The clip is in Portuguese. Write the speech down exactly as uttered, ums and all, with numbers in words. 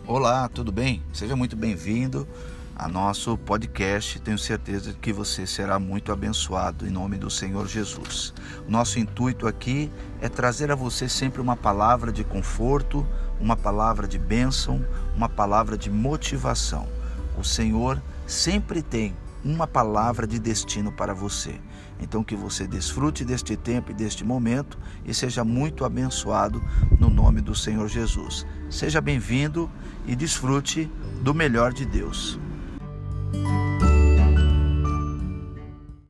Olá, tudo bem? Seja muito bem-vindo a nosso podcast. Tenho certeza que você será muito abençoado em nome do Senhor Jesus. Nosso intuito aqui é trazer a você sempre uma palavra de conforto, uma palavra de bênção, uma palavra de motivação. O Senhor sempre tem uma palavra de destino para você. Então que você desfrute deste tempo e deste momento e seja muito abençoado no nome do Senhor Jesus. Seja bem-vindo e desfrute do melhor de Deus.